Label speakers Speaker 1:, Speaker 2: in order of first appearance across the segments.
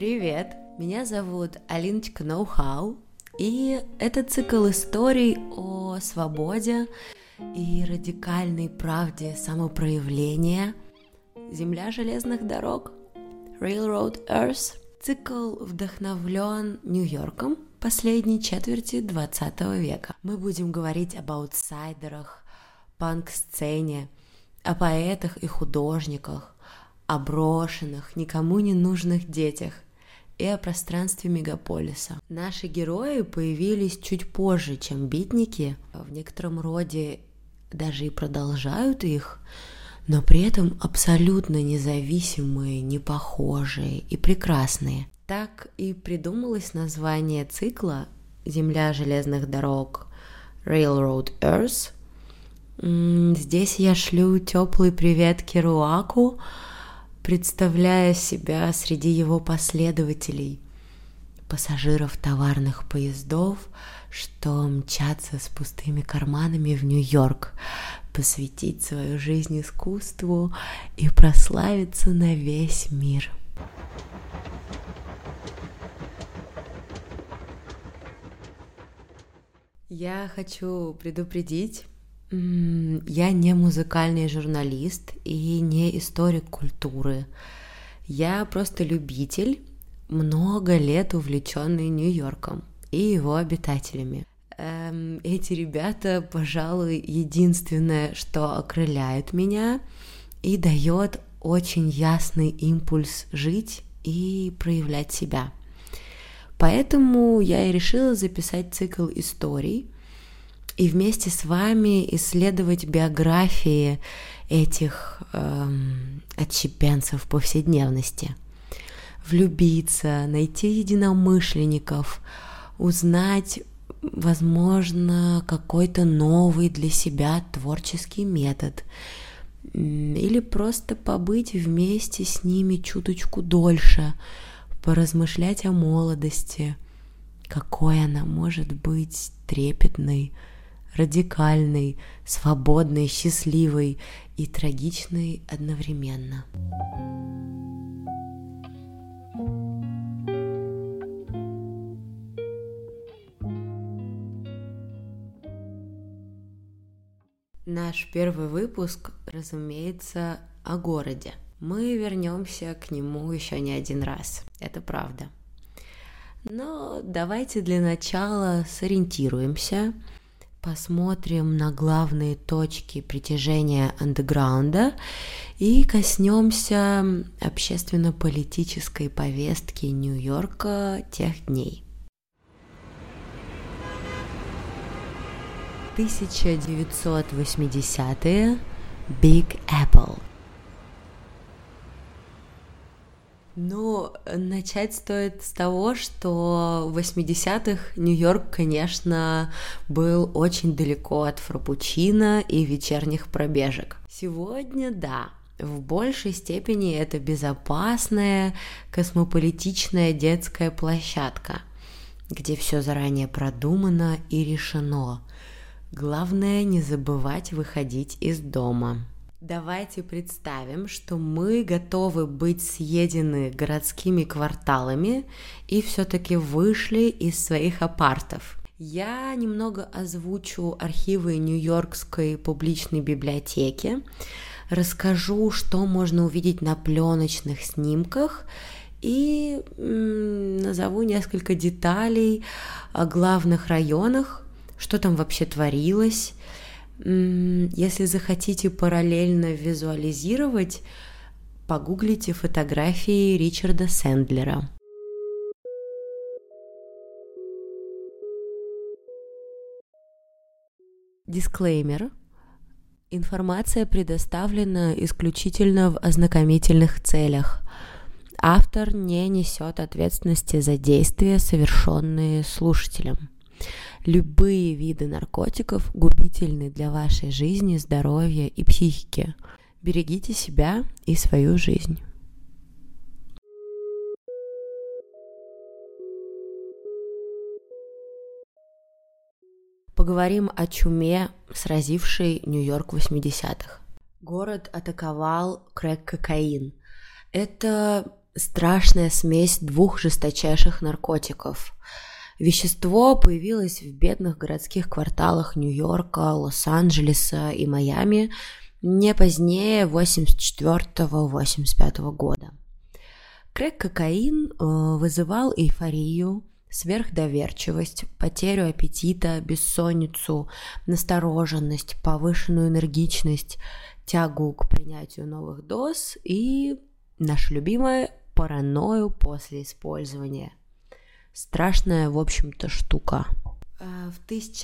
Speaker 1: Привет, меня зовут Алиночка Ноу-хау, и это цикл историй о свободе и радикальной правде самопроявления. Земля железных дорог, Railroad Earth. Цикл вдохновлен Нью-Йорком последней четверти 20 века. Мы будем говорить об аутсайдерах, панк-сцене, о поэтах и художниках, о брошенных, никому не нужных детях и о пространстве мегаполиса. Наши герои появились чуть позже, чем битники, в некотором роде даже и продолжают их, но при этом абсолютно независимые, непохожие и прекрасные. Так и придумалось название цикла «Земля железных дорог» Railroad Earth. Здесь я шлю теплый привет Керуаку, представляя себя среди его последователей, пассажиров товарных поездов, что мчатся с пустыми карманами в Нью-Йорк, посвятить свою жизнь искусству и прославиться на весь мир. Я хочу предупредить, я не музыкальный журналист и не историк культуры. Я просто любитель, много лет увлеченный Нью-Йорком и его обитателями. Эти ребята, пожалуй, единственное, что окрыляет меня и дает очень ясный импульс жить и проявлять себя. Поэтому я и решила записать цикл историй и вместе с вами исследовать биографии этих отщепенцев повседневности. Влюбиться, найти единомышленников, узнать, возможно, какой-то новый для себя творческий метод или просто побыть вместе с ними чуточку дольше, поразмышлять о молодости, какой она может быть трепетной, радикальной, свободной, счастливой и трагичной одновременно. Наш первый выпуск, разумеется, о городе. Мы вернемся к нему еще не один раз, это правда. Но давайте для начала сориентируемся, посмотрим на главные точки притяжения андеграунда и коснемся общественно-политической повестки Нью-Йорка тех дней. 1980-е, Big Apple. Ну, начать стоит с того, что в 80-х Нью-Йорк, конечно, был очень далеко от фраппучино и вечерних пробежек. Сегодня, да, в большей степени это безопасная, космополитичная детская площадка, где все заранее продумано и решено. Главное не забывать выходить из дома. Давайте представим, что мы готовы быть съедены городскими кварталами и все-таки вышли из своих апартов. Я немного озвучу архивы Нью-Йоркской публичной библиотеки, расскажу, что можно увидеть на пленочных снимках и назову несколько деталей о главных районах, что там вообще творилось. Если захотите параллельно визуализировать, погуглите фотографии Ричарда Сэндлера. Дисклеймер. Информация предоставлена исключительно в ознакомительных целях. Автор не несет ответственности за действия, совершенные слушателем. Любые виды наркотиков губительны для вашей жизни, здоровья и психики. Берегите себя и свою жизнь. Поговорим о чуме, сразившей Нью-Йорк 80-х. Город атаковал крэк-кокаин. Это страшная смесь двух жесточайших наркотиков. Вещество появилось в бедных городских кварталах Нью-Йорка, Лос-Анджелеса и Майами не позднее 84-85 года. Крэк-кокаин вызывал эйфорию, сверхдоверчивость, потерю аппетита, бессонницу, настороженность, повышенную энергичность, тягу к принятию новых доз и, наше любимое, паранойю после использования. Страшная, в общем-то, штука. В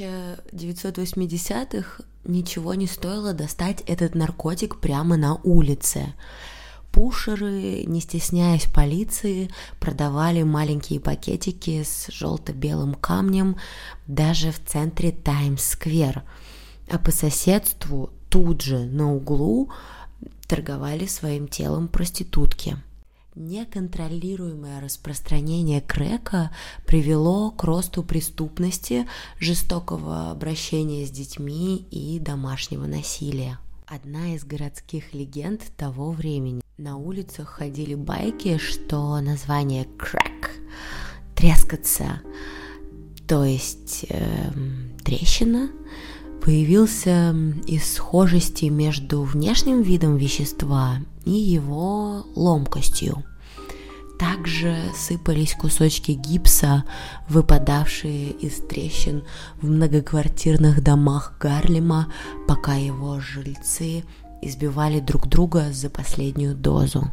Speaker 1: 1980-х ничего не стоило достать этот наркотик прямо на улице. Пушеры, не стесняясь полиции, продавали маленькие пакетики с желто-белым камнем даже в центре Таймс-сквер, а по соседству тут же на углу торговали своим телом проститутки. Неконтролируемое распространение крэка привело к росту преступности, жестокого обращения с детьми и домашнего насилия. Одна из городских легенд того времени. На улицах ходили байки, что название «crack» – «трескаться», то есть трещина, появился из схожести между внешним видом вещества и его ломкостью. Также сыпались кусочки гипса, выпадавшие из трещин в многоквартирных домах Гарлема, пока его жильцы избивали друг друга за последнюю дозу.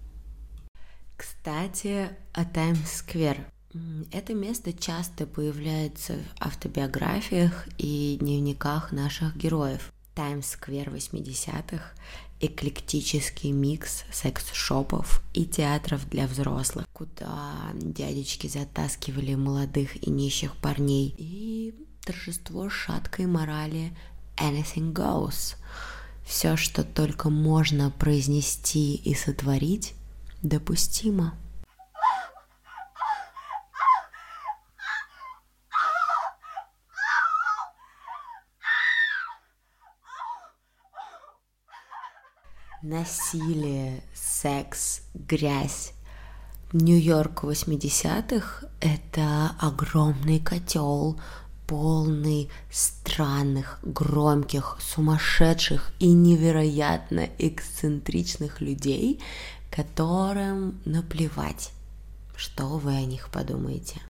Speaker 1: Кстати, о Таймс-сквер. Это место часто появляется в автобиографиях и дневниках наших героев. Таймс-сквер 80-х – эклектический микс секс-шопов и театров для взрослых, куда дядечки затаскивали молодых и нищих парней, и торжество шаткой морали «anything goes». Все, что только можно произнести и сотворить, допустимо. Насилие, секс, грязь. Нью-Йорк 80-х – это огромный котел, полный странных, громких, сумасшедших и невероятно эксцентричных людей, которым наплевать, что вы о них подумаете.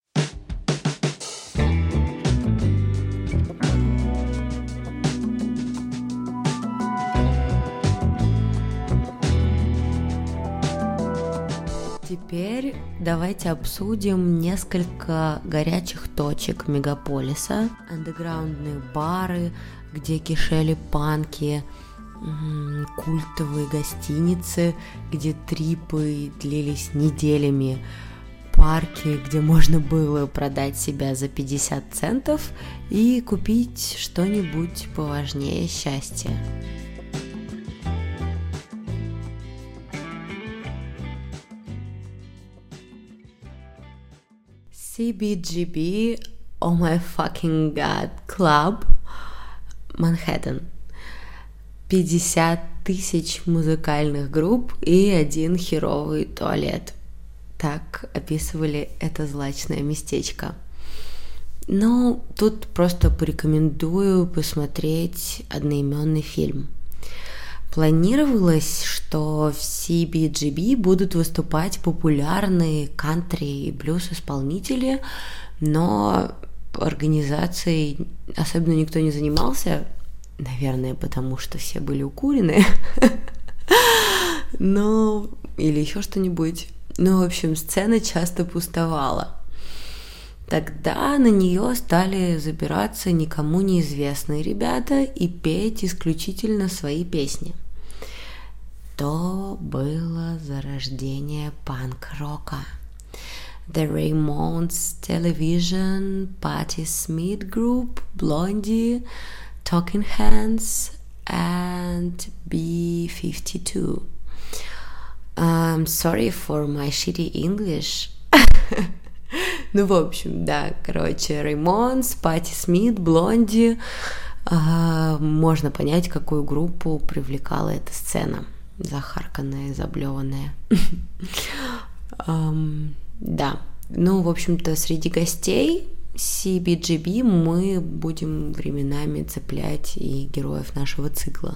Speaker 1: Теперь давайте обсудим несколько горячих точек мегаполиса, андеграундные бары, где кишели панки, культовые гостиницы, где трипы длились неделями, парки, где можно было продать себя за 50 центов и купить что-нибудь поважнее счастья. CBGB, oh my fucking god, Club, Манхэттен. 50 тысяч музыкальных групп и один херовый туалет. Так описывали это злачное местечко. Ну, тут просто порекомендую посмотреть одноименный фильм. Планировалось, что в CBGB будут выступать популярные кантри и блюз-исполнители, но организацией особенно никто не занимался, наверное, потому что все были укурены, ну, или еще что-нибудь. Ну, в общем, сцена часто пустовала. Тогда на нее стали забираться никому неизвестные ребята и петь исключительно свои песни. То было зарождение панк-рока. The Ramones, Television, Patti Smith Group, Blondie, Talking Heads and B-52. I'm sorry for my shitty English. Ну, в общем, да, короче, Ramones, Patti Smith, Blondie. Можно понять, какую группу привлекала эта сцена. Захарканная, заблеванная. Да, ну, в общем-то, среди гостей CBGB мы будем временами цеплять и героев нашего цикла.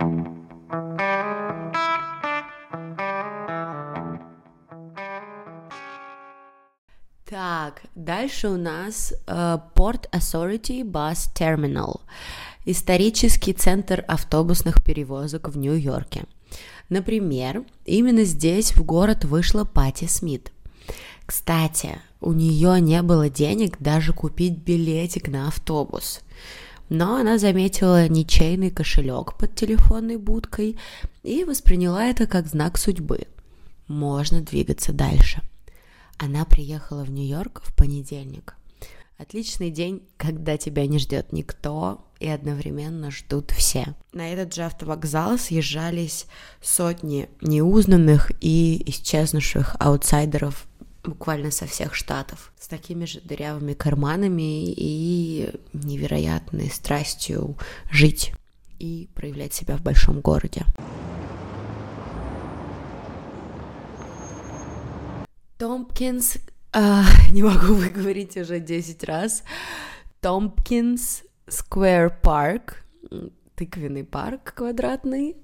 Speaker 1: Так, дальше у нас Port Authority Bus Terminal, исторический центр автобусных перевозок в Нью-Йорке. Например, именно здесь в город вышла Патти Смит. Кстати, у нее не было денег даже купить билетик на автобус, но она заметила ничейный кошелек под телефонной будкой и восприняла это как знак судьбы. Можно двигаться дальше. Она приехала в Нью-Йорк в понедельник. Отличный день, когда тебя не ждет никто и одновременно ждут все. На этот же автовокзал съезжались сотни неузнанных и исчезнувших аутсайдеров буквально со всех штатов, с такими же дырявыми карманами и невероятной страстью жить и проявлять себя в большом городе. Томпкинс, не могу выговорить уже 10 раз, Томпкинс Сквер Парк, тыквенный парк квадратный,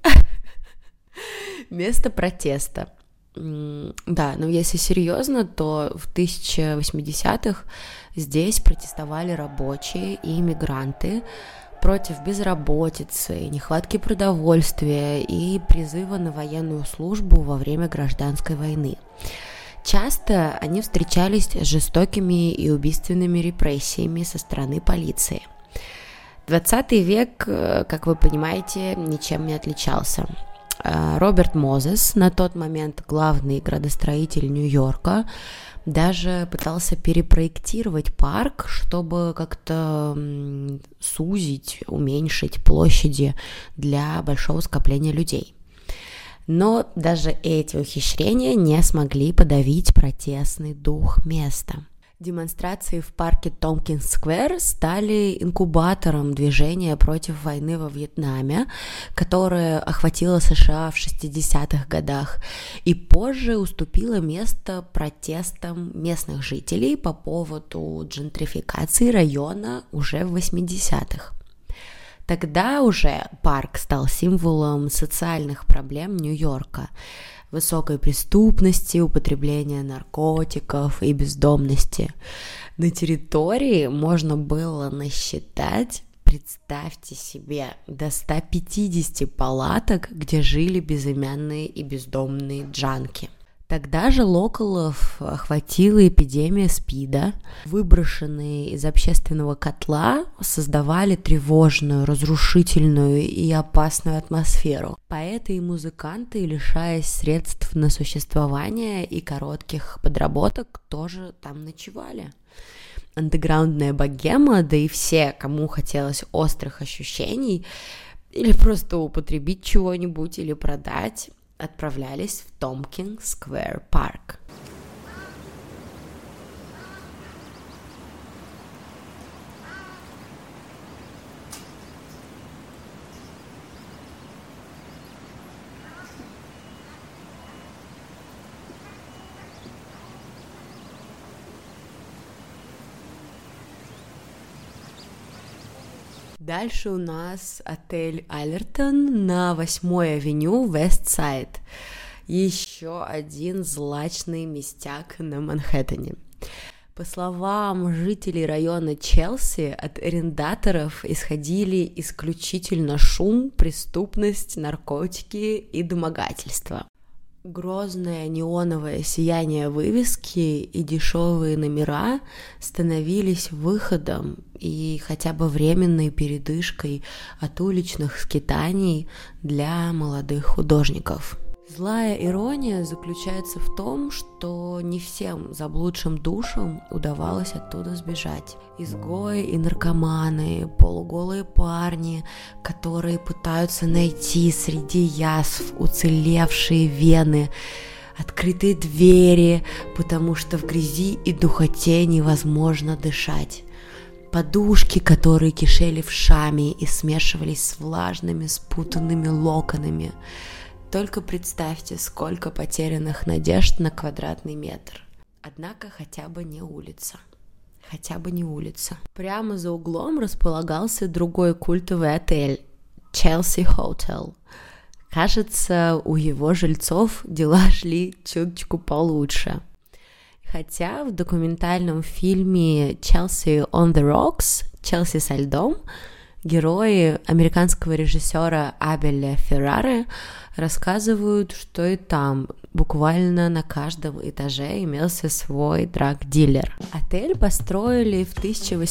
Speaker 1: место протеста. Да, но если серьезно, то в 1080-х здесь протестовали рабочие и иммигранты против безработицы, нехватки продовольствия и призыва на военную службу во время гражданской войны. Часто они встречались с жестокими и убийственными репрессиями со стороны полиции. 20 век, как вы понимаете, ничем не отличался. Роберт Мозес, на тот момент главный градостроитель Нью-Йорка, даже пытался перепроектировать парк, чтобы как-то сузить, уменьшить площади для большого скопления людей. Но даже эти ухищрения не смогли подавить протестный дух места. Демонстрации в парке Томпкинс-сквер стали инкубатором движения против войны во Вьетнаме, которое охватило США в 60-х годах и позже уступило место протестам местных жителей по поводу джентрификации района уже в 80-х. Тогда уже парк стал символом социальных проблем Нью-Йорка, высокой преступности, употребления наркотиков и бездомности. На территории можно было насчитать, представьте себе, до 150 палаток, где жили безымянные и бездомные джанки. Тогда же локалов охватила эпидемия СПИДа. Выброшенные из общественного котла создавали тревожную, разрушительную и опасную атмосферу. Поэты и музыканты, лишаясь средств на существование и коротких подработок, тоже там ночевали. Андеграундная богема, да и все, кому хотелось острых ощущений, или просто употребить чего-нибудь, или продать, отправлялись в Томпкинс-сквер парк. Дальше у нас отель Аллертон на 8-й авеню Вестсайд. Еще один злачный местяк на Манхэттене. По словам жителей района Челси, от арендаторов исходили исключительно шум, преступность, наркотики и домогательства. Грозное неоновое сияние вывески и дешевые номера становились выходом и хотя бы временной передышкой от уличных скитаний для молодых художников. Злая ирония заключается в том, что не всем заблудшим душам удавалось оттуда сбежать. Изгои и наркоманы, полуголые парни, которые пытаются найти среди язв уцелевшие вены, открытые двери, потому что в грязи и духоте невозможно дышать. Подушки, которые кишели вшами и смешивались с влажными спутанными локонами. Только представьте, сколько потерянных надежд на квадратный метр. Однако хотя бы не улица. Хотя бы не улица. Прямо за углом располагался другой культовый отель – Chelsea Hotel. Кажется, у его жильцов дела шли чуточку получше. Хотя в документальном фильме «Chelsea on the Rocks» «Челси со льдом» герои американского режиссера Абеля Феррары рассказывают, что и там буквально на каждом этаже имелся свой драг-дилер. Отель построили в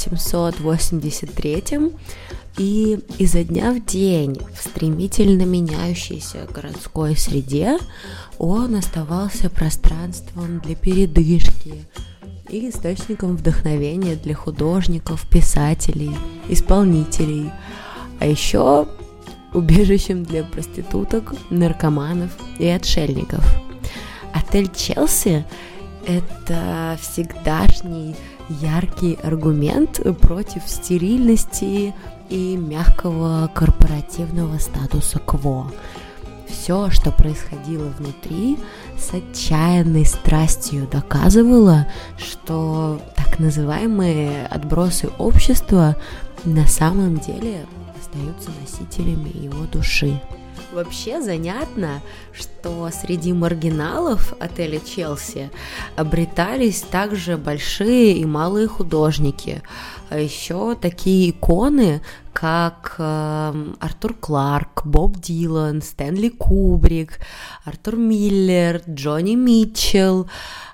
Speaker 1: 1883 и изо дня в день в стремительно меняющейся городской среде он оставался пространством для передышки и источником вдохновения для художников, писателей, исполнителей, а еще убежищем для проституток, наркоманов и отшельников. Отель «Челси» — это всегдашний яркий аргумент против стерильности и мягкого корпоративного статуса кво. Все, что происходило внутри, с отчаянной страстью доказывало, что так называемые отбросы общества на самом деле остаются носителями его души. Вообще занятно, что среди маргиналов отеля «Челси» обретались также большие и малые художники, а еще такие иконы, как Артур Кларк, Боб Дилан, Стэнли Кубрик, Артур Миллер, Джонни Митчелл,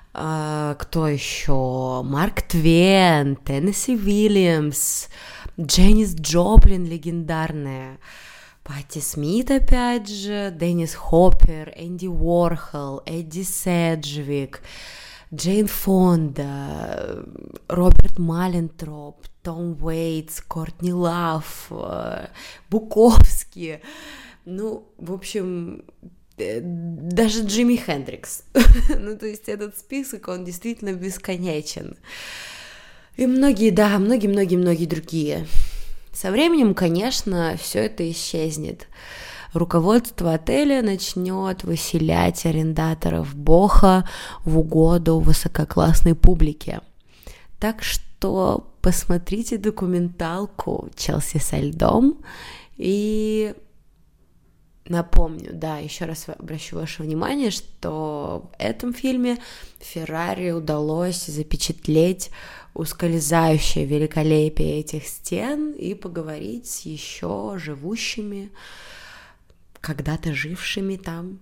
Speaker 1: кто еще? Марк Твен, Теннесси Уильямс, Дженнис Джоплин легендарная, Патти Смит опять же, Деннис Хоппер, Энди Уорхол, Эдди Седжвик, Джейн Фонда, Роберт Маллентроп, Том Уэйтс, Кортни Лав, Буковский, в общем, даже Джимми Хендрикс. То есть этот список, он действительно бесконечен. И многие другие. Со временем, конечно, все это исчезнет. Руководство отеля начнет выселять арендаторов Боха в угоду высококлассной публике. Так что посмотрите документалку «Челси со льдом» и напомню, еще раз обращу ваше внимание, что в этом фильме Феррари удалось запечатлеть ускользающее великолепие этих стен и поговорить с еще живущими, когда-то жившими там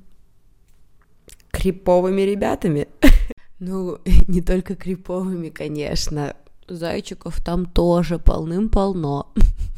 Speaker 1: криповыми ребятами. Не только криповыми, конечно. Зайчиков там тоже полным-полно.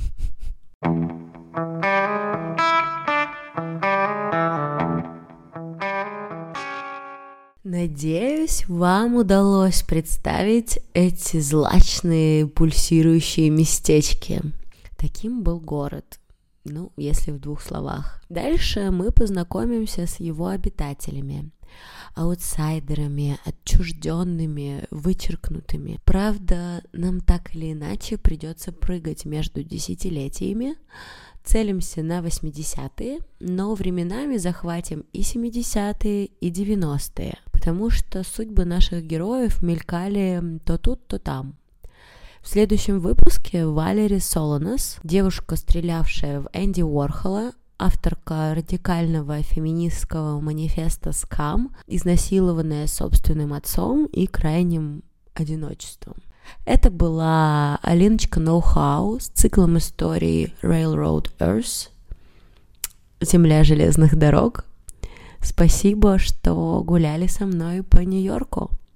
Speaker 1: Надеюсь, вам удалось представить эти злачные пульсирующие местечки. Таким был город, если в 2 словах. Дальше мы познакомимся с его обитателями, аутсайдерами, отчужденными, вычеркнутыми. Правда, нам так или иначе придется прыгать между десятилетиями. Целимся на 80-е, но временами захватим и 70-е, и 90-е, потому что судьбы наших героев мелькали то тут, то там. В следующем выпуске Валери Солонес, девушка, стрелявшая в Энди Уорхола, авторка радикального феминистского манифеста «Скам», изнасилованная собственным отцом и крайним одиночеством. Это была Алиночка Ноу-хау с циклом историй Railroad Earth, Земля железных дорог. Спасибо, что гуляли со мной по Нью-Йорку.